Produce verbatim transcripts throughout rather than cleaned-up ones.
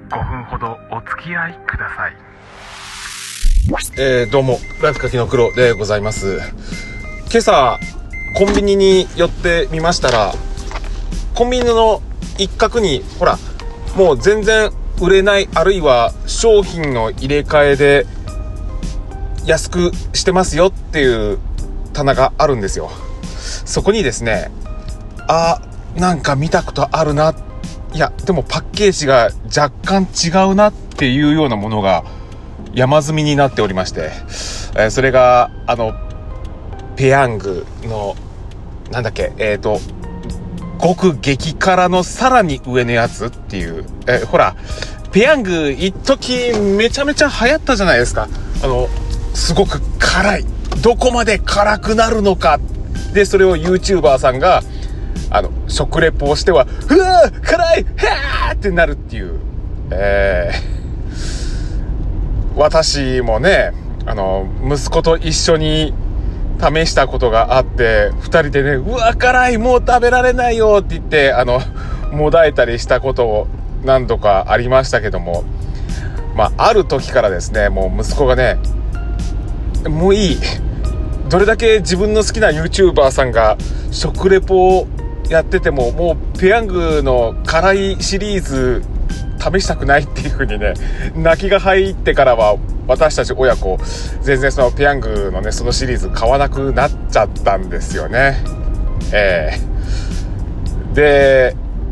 ごふんほどお付き合いください。 えー、どうもライフカキの黒でございます。今朝コンビニに寄ってみましたら、コンビニの一角にほらもう全然売れない、あるいは商品の入れ替えで安くしてますよっていう棚があるんですよ。そこにですね、あ、なんか見たことあるな、いやでもパッケージが若干違うなっていうようなものが山積みになっておりまして、えー、それがあのペヤングのなんだっけ、えーと極激辛のさらに上のやつっていう、えー、ほらペヤング一時めちゃめちゃ流行ったじゃないですか。あのすごく辛い、どこまで辛くなるのかで、それを YouTuber さんがあの食レポをしてはうわー辛いはーってなるっていう、えー、私もねあの息子と一緒に試したことがあって、ふたりでね、うわ辛い、もう食べられないよって言ってあのもだえたりしたことを何度かありましたけども、まあある時からですね、もう息子がね、もういい、どれだけ自分の好きな YouTuber さんが食レポをやっててももうペヤングの辛いシリーズ試したくないっていう風にね、泣きが入ってからは私たち親子全然そのペヤングのねそのシリーズ買わなくなっちゃったんですよね。えー、で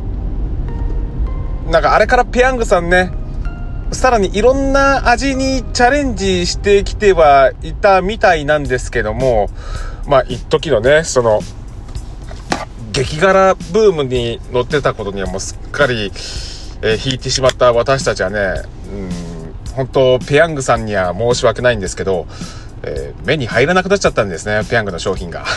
なんかあれからペヤングさんね、さらにいろんな味にチャレンジしてきてはいたみたいなんですけども、まあ一時のねその激辛ブームに乗ってたことにはもうすっかり、えー、引いてしまった私たちはね、うん、本当ペヤングさんには申し訳ないんですけど、えー、目に入らなくなっちゃったんですね、ペヤングの商品が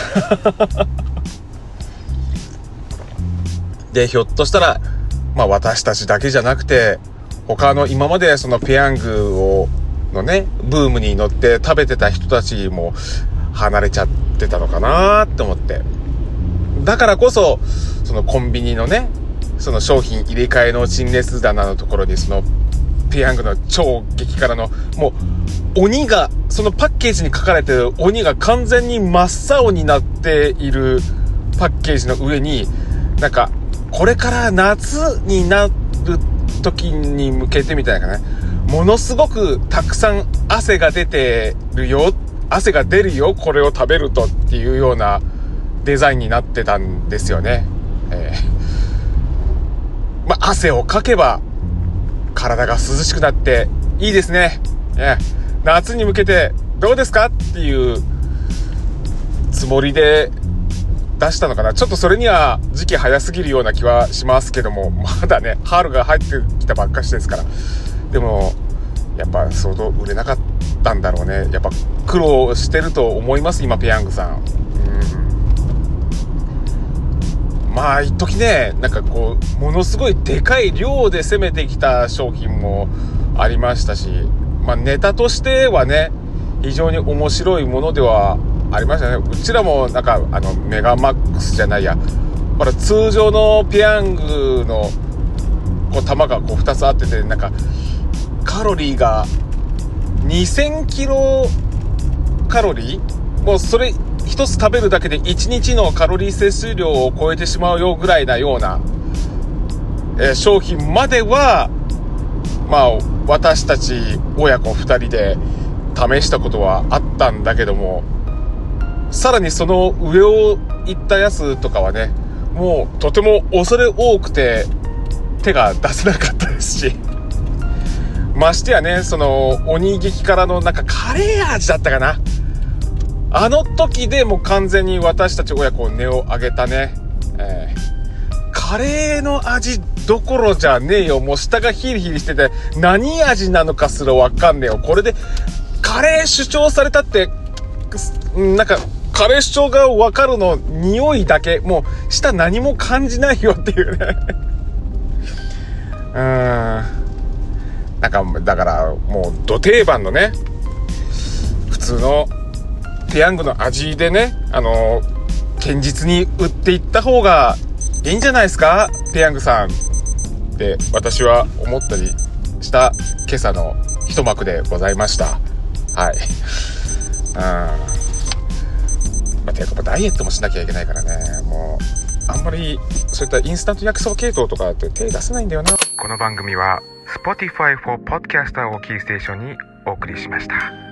でひょっとしたら、まあ、私たちだけじゃなくて他の今までそのペヤングをのねブームに乗って食べてた人たちも離れちゃってたのかなって思って、だからこそそのコンビニのねその商品入れ替えの陳列棚のところにそのペヤングの超激辛のもう鬼が、そのパッケージに書かれてる鬼が完全に真っ青になっているパッケージの上に、なんかこれから夏になる時に向けてみたいなね、ものすごくたくさん汗が出てるよ、汗が出るよこれを食べるとっていうようなデザインになってたんですよね。えー、まあ汗をかけば体が涼しくなっていいですね。えー、夏に向けてどうですかっていうつもりで出したのかな。ちょっとそれには時期早すぎるような気はしますけども、まだね春が入ってきたばっかしですから。でもやっぱ相当売れなかったんだろうね。やっぱ苦労してると思います今ペヤングさん。まあ一時ねなんかこうものすごいでかい量で攻めてきた商品もありましたし、まあネタとしてはね非常に面白いものではありましたね。うちらもなんかあのメガマックスじゃないや、ほら通常のペヤングのこう玉がこうふたつあってて、なんかカロリーがにせんキロカロリー、もうそれ一つ食べるだけでいちにちのカロリー摂取量を超えてしまうよぐらいなような、えー、商品まではまあ私たち親子ふたりで試したことはあったんだけども、さらにその上を行ったやつとかはねもうとても恐れ多くて手が出せなかったですし、ましてやねその鬼激辛のなんかカレー味だったかな、あの時でもう完全に私たち親子根を上げたね、えー、カレーの味どころじゃねえよ、もう舌がヒリヒリしてて何味なのかすらわかんねえよ、これでカレー主張されたってなんかカレー主張がわかるの匂いだけ、もう舌何も感じないよっていうねうーん、なんかだからもうど定番のね普通のペヤングの味でね、あの堅実に売っていった方がいいんじゃないですかペヤングさんって私は思ったりした今朝の一幕でございました。はい。うん。まあ、ていうかダイエットもしなきゃいけないからね。もう、あんまりそういったインスタント焼きそば系統とかって手出せないんだよな。 この番組は Spotify for Podcaster をキーステーションにお送りしました。